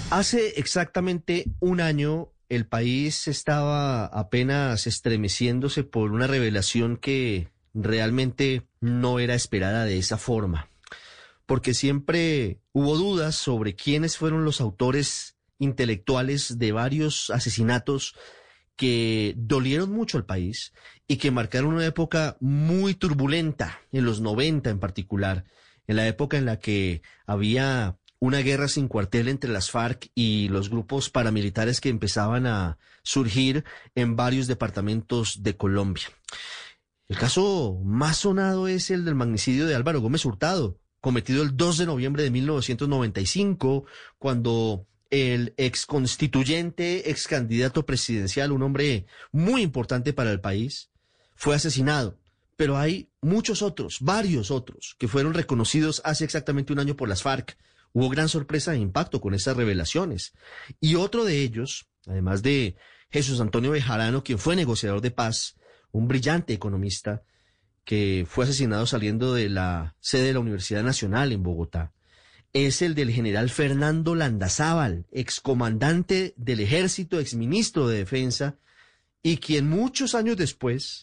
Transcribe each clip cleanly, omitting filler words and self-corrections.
Hace exactamente un año el país estaba apenas estremeciéndose por una revelación que realmente no era esperada de esa forma, porque siempre hubo dudas sobre quiénes fueron los autores intelectuales de varios asesinatos que dolieron mucho al país y que marcaron una época muy turbulenta, en los 90 en particular, en la época en la que había una guerra sin cuartel entre las FARC y los grupos paramilitares que empezaban a surgir en varios departamentos de Colombia. El caso más sonado es el del magnicidio de Álvaro Gómez Hurtado, cometido el 2 de noviembre de 1995, cuando el ex constituyente, ex candidato presidencial, un hombre muy importante para el país, fue asesinado. Pero hay muchos otros, varios otros, que fueron reconocidos hace exactamente un año por las FARC. Hubo gran sorpresa e impacto con esas revelaciones. Y otro de ellos, además de Jesús Antonio Bejarano, quien fue negociador de paz, un brillante economista, que fue asesinado saliendo de la sede de la Universidad Nacional en Bogotá, es el del general Fernando Landazábal, excomandante del Ejército, exministro de Defensa, y quien muchos años después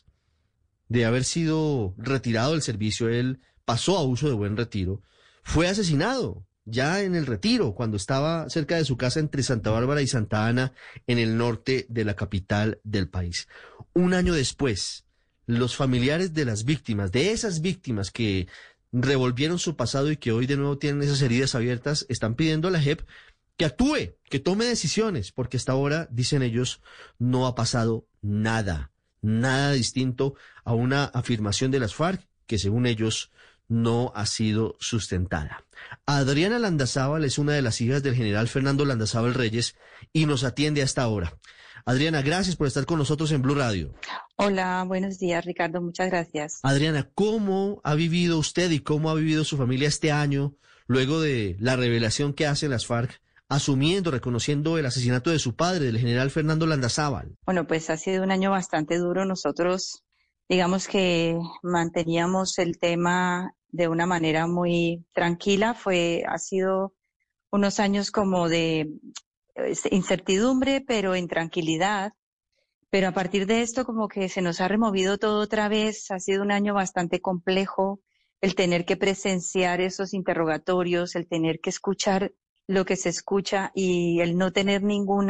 de haber sido retirado del servicio, él pasó a uso de buen retiro, fue asesinado ya en el retiro, cuando estaba cerca de su casa entre Santa Bárbara y Santa Ana, en el norte de la capital del país. Un año después, los familiares de las víctimas, de esas víctimas que revolvieron su pasado y que hoy de nuevo tienen esas heridas abiertas, están pidiendo a la JEP que actúe, que tome decisiones, porque hasta ahora, dicen ellos, no ha pasado nada, nada distinto a una afirmación de las FARC que, según ellos, no ha sido sustentada. Adriana Landazábal es una de las hijas del general Fernando Landazábal Reyes y nos atiende hasta ahora. Adriana, gracias por estar con nosotros en Blue Radio. Hola, buenos días, Ricardo, muchas gracias. Adriana, ¿cómo ha vivido usted y cómo ha vivido su familia este año luego de la revelación que hacen las FARC, asumiendo, reconociendo el asesinato de su padre, del general Fernando Landazábal? Bueno, pues ha sido un año bastante duro. Nosotros, digamos que manteníamos el tema de una manera muy tranquila. Ha sido unos años como de incertidumbre, pero en tranquilidad. Pero a partir de esto como que se nos ha removido todo otra vez. Ha sido un año bastante complejo, el tener que presenciar esos interrogatorios, el tener que escuchar lo que se escucha y el no tener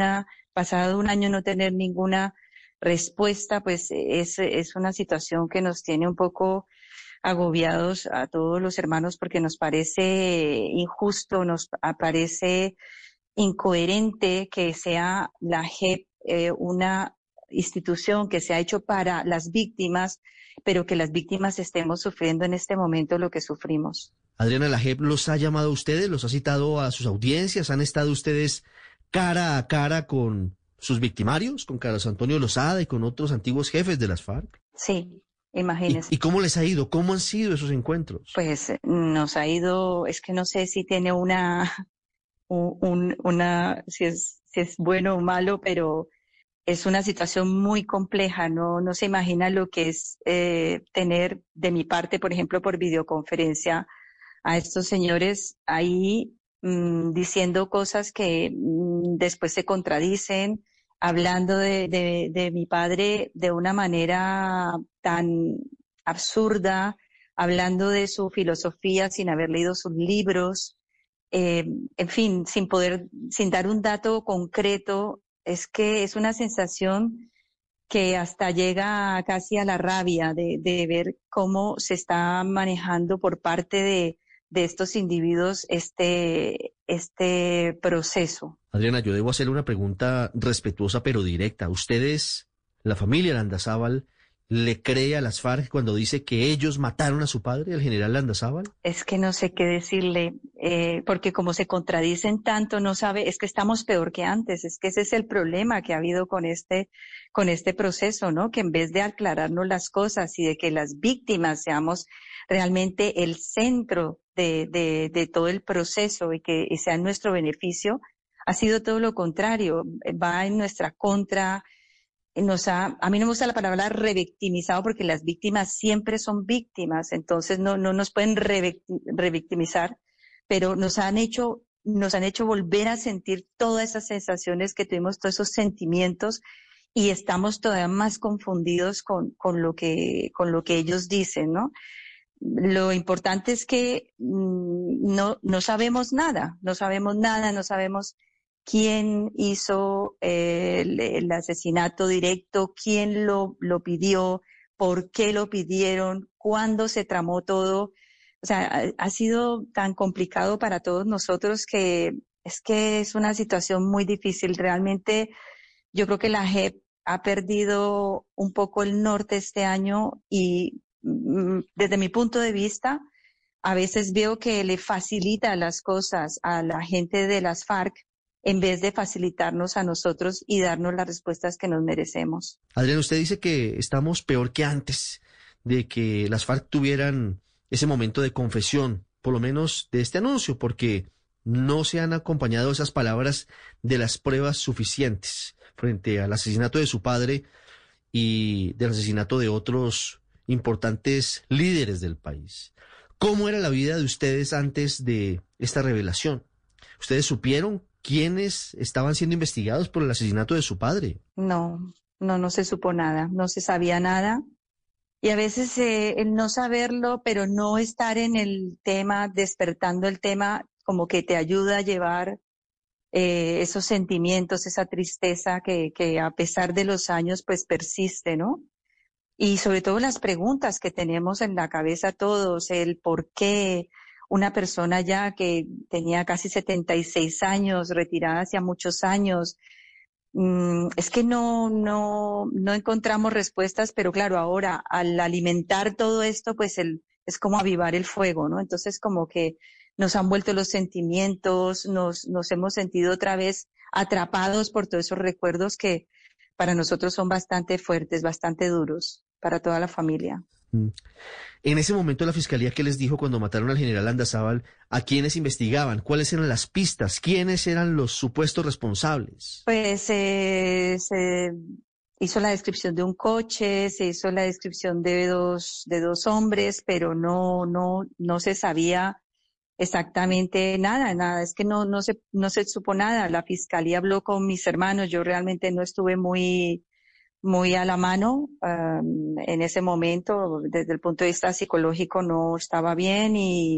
pasado un año no tener ninguna respuesta, pues es una situación que nos tiene un poco agobiados a todos los hermanos, porque nos parece injusto, nos parece incoherente que sea la JEP una institución que se ha hecho para las víctimas, pero que las víctimas estemos sufriendo en este momento lo que sufrimos. Adriana, ¿la JEP los ha llamado a ustedes, los ha citado a sus audiencias? ¿Han estado ustedes cara a cara con sus victimarios, con Carlos Antonio Lozada y con otros antiguos jefes de las FARC? Sí, imagínese. ¿Y cómo les ha ido? ¿Cómo han sido esos encuentros? Pues nos ha ido, es que no sé si tiene si es bueno o malo, pero es una situación muy compleja. No se imagina lo que es tener de mi parte, por ejemplo, por videoconferencia, a estos señores ahí diciendo cosas que después se contradicen, hablando de mi padre de una manera tan absurda, hablando de su filosofía sin haber leído sus libros, en fin, sin dar un dato concreto. Es que es una sensación que hasta llega casi a la rabia de ver cómo se está manejando por parte de estos individuos este proceso. Adriana, yo debo hacerle una pregunta respetuosa pero directa. ¿Ustedes, la familia Landazábal, le cree a las FARC cuando dice que ellos mataron a su padre, el general Landazábal? Es que no sé qué decirle, porque como se contradicen tanto, no sabe, es que estamos peor que antes. Es que ese es el problema que ha habido con este proceso, ¿no? Que en vez de aclararnos las cosas y de que las víctimas seamos realmente el centro de todo el proceso y que sea en nuestro beneficio, ha sido todo lo contrario. Va en nuestra contra. A mí no me gusta la palabra revictimizado, porque las víctimas siempre son víctimas, entonces no nos pueden revictimizar, pero nos han hecho nos han hecho volver a sentir todas esas sensaciones que tuvimos, todos esos sentimientos, y estamos todavía más confundidos con lo que ellos dicen, ¿no? Lo importante es que no sabemos nada, no sabemos quién hizo el asesinato directo, quién lo pidió, por qué lo pidieron, cuándo se tramó todo. O sea, ha sido tan complicado para todos nosotros que es una situación muy difícil. Realmente yo creo que la JEP ha perdido un poco el norte este año y desde mi punto de vista, a veces veo que le facilita las cosas a la gente de las FARC en vez de facilitarnos a nosotros y darnos las respuestas que nos merecemos. Adriana, usted dice que estamos peor que antes de que las FARC tuvieran ese momento de confesión, por lo menos de este anuncio, porque no se han acompañado esas palabras de las pruebas suficientes frente al asesinato de su padre y del asesinato de otros importantes líderes del país. ¿Cómo era la vida de ustedes antes de esta revelación? ¿Ustedes supieron quiénes estaban siendo investigados por el asesinato de su padre? No se supo nada, no se sabía nada. Y a veces el no saberlo, pero no estar en el tema, despertando el tema, como que te ayuda a llevar esos sentimientos, esa tristeza que a pesar de los años pues persiste, ¿no? Y sobre todo las preguntas que tenemos en la cabeza todos, el por qué una persona ya que tenía casi 76 años, retirada hacía muchos años, es que no encontramos respuestas, pero claro, ahora al alimentar todo esto, pues es como avivar el fuego, ¿no? Entonces como que nos han vuelto los sentimientos, nos hemos sentido otra vez atrapados por todos esos recuerdos que para nosotros son bastante fuertes, bastante duros, para toda la familia. En ese momento la fiscalía, ¿qué les dijo cuando mataron al general Landazábal? ¿A quiénes investigaban? ¿Cuáles eran las pistas? ¿Quiénes eran los supuestos responsables? Pues se hizo la descripción de un coche, se hizo la descripción de dos hombres, pero no se sabía exactamente nada. Es que no se supo nada. La fiscalía habló con mis hermanos. Yo realmente no estuve muy a la mano en ese momento. Desde el punto de vista psicológico no estaba bien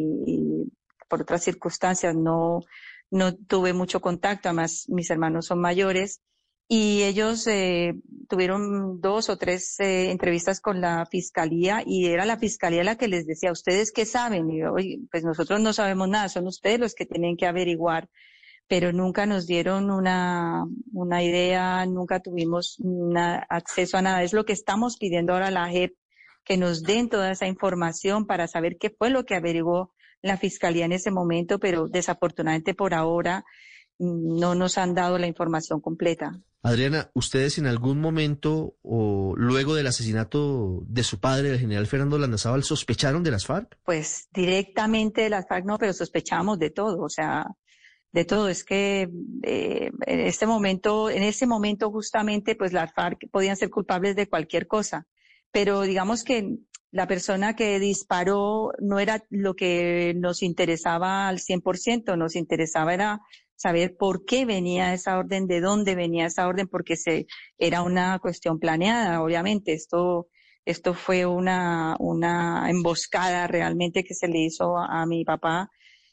y por otras circunstancias no tuve mucho contacto. Además, mis hermanos son mayores y ellos tuvieron 2 o 3 entrevistas con la fiscalía y era la fiscalía la que les decía, ¿ustedes qué saben? Y yo, oye, pues nosotros no sabemos nada, son ustedes los que tienen que averiguar. Pero nunca nos dieron una idea, nunca tuvimos acceso a nada. Es lo que estamos pidiendo ahora a la JEP, que nos den toda esa información para saber qué fue lo que averiguó la Fiscalía en ese momento, pero desafortunadamente por ahora no nos han dado la información completa. Adriana, ¿ustedes en algún momento o luego del asesinato de su padre, el general Fernando Landazábal, sospecharon de las FARC? Pues directamente de las FARC no, pero sospechamos de todo, o sea, de todo. Es que en ese momento justamente, pues las FARC podían ser culpables de cualquier cosa. Pero digamos que la persona que disparó no era lo que nos interesaba al 100%, nos interesaba era saber por qué venía esa orden, de dónde venía esa orden, porque era una cuestión planeada, obviamente. Esto fue una emboscada realmente que se le hizo a mi papá.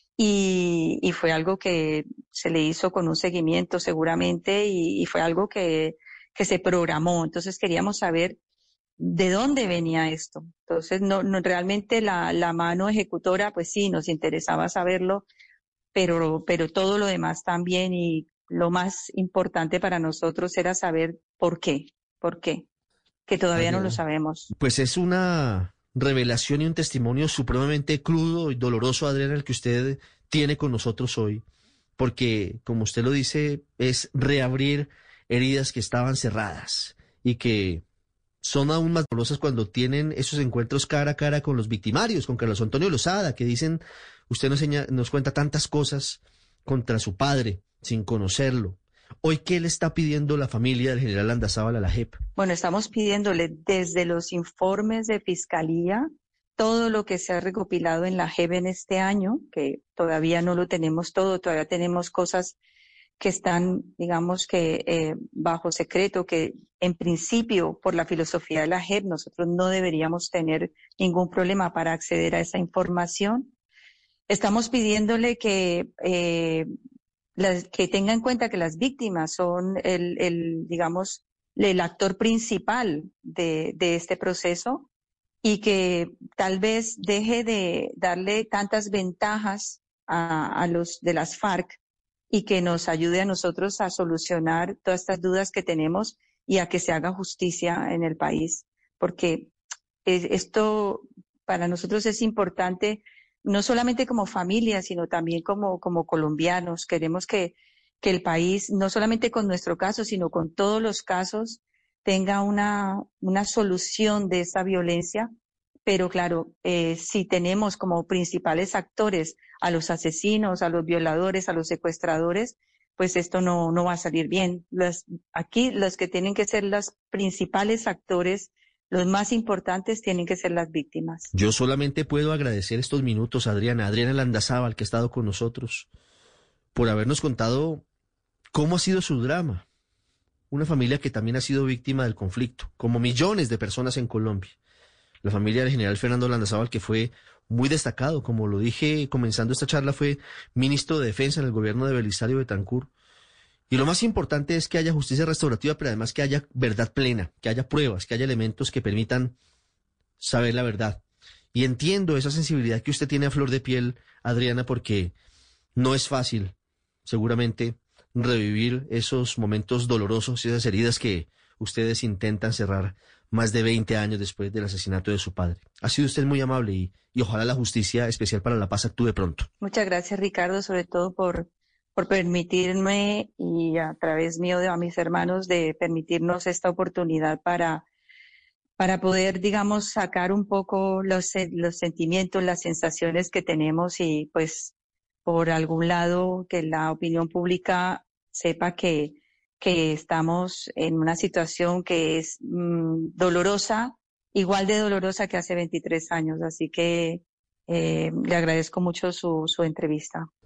Y fue algo que se le hizo con un seguimiento seguramente y fue algo que se programó. Entonces queríamos saber de dónde venía esto. Entonces no realmente la mano ejecutora, pues sí, nos interesaba saberlo, pero todo lo demás también, y lo más importante para nosotros era saber por qué, que todavía no lo sabemos. Pues es una revelación y un testimonio supremamente crudo y doloroso, Adriana, el que usted tiene con nosotros hoy, porque, como usted lo dice, es reabrir heridas que estaban cerradas y que son aún más dolorosas cuando tienen esos encuentros cara a cara con los victimarios, con Carlos Antonio Lozada, que dicen, usted nos cuenta tantas cosas contra su padre sin conocerlo. Hoy, ¿qué le está pidiendo la familia del general Landazábal a la JEP? Bueno, estamos pidiéndole desde los informes de fiscalía todo lo que se ha recopilado en la JEP en este año, que todavía no lo tenemos todo, todavía tenemos cosas que están, digamos que bajo secreto, que en principio, por la filosofía de la JEP, nosotros no deberíamos tener ningún problema para acceder a esa información. Estamos pidiéndole que tenga en cuenta que las víctimas son digamos, el actor principal de este proceso y que tal vez deje de darle tantas ventajas a los de las FARC y que nos ayude a nosotros a solucionar todas estas dudas que tenemos y a que se haga justicia en el país, porque esto para nosotros es importante, no solamente como familia, sino también como colombianos. Queremos que el país, no solamente con nuestro caso, sino con todos los casos, tenga una solución de esta violencia. Pero claro, si tenemos como principales actores a los asesinos, a los violadores, a los secuestradores, pues esto no va a salir bien. Aquí los que tienen que ser los principales actores, los más importantes, tienen que ser las víctimas. Yo solamente puedo agradecer estos minutos, Adriana Landazábal, que ha estado con nosotros, por habernos contado cómo ha sido su drama. Una familia que también ha sido víctima del conflicto, como millones de personas en Colombia. La familia del general Fernando Landazábal, que fue muy destacado, como lo dije comenzando esta charla, fue ministro de Defensa en el gobierno de Belisario Betancur. Y lo más importante es que haya justicia restaurativa, pero además que haya verdad plena, que haya pruebas, que haya elementos que permitan saber la verdad. Y entiendo esa sensibilidad que usted tiene a flor de piel, Adriana, porque no es fácil, seguramente, revivir esos momentos dolorosos y esas heridas que ustedes intentan cerrar más de 20 años después del asesinato de su padre. Ha sido usted muy amable y ojalá la Justicia Especial para la Paz actúe pronto. Muchas gracias, Ricardo, sobre todo por permitirme y a través mío a mis hermanos de permitirnos esta oportunidad para poder, digamos, sacar un poco los sentimientos, las sensaciones que tenemos y pues por algún lado que la opinión pública sepa que estamos en una situación que es dolorosa, igual de dolorosa que hace 23 años. Así que le agradezco mucho su entrevista.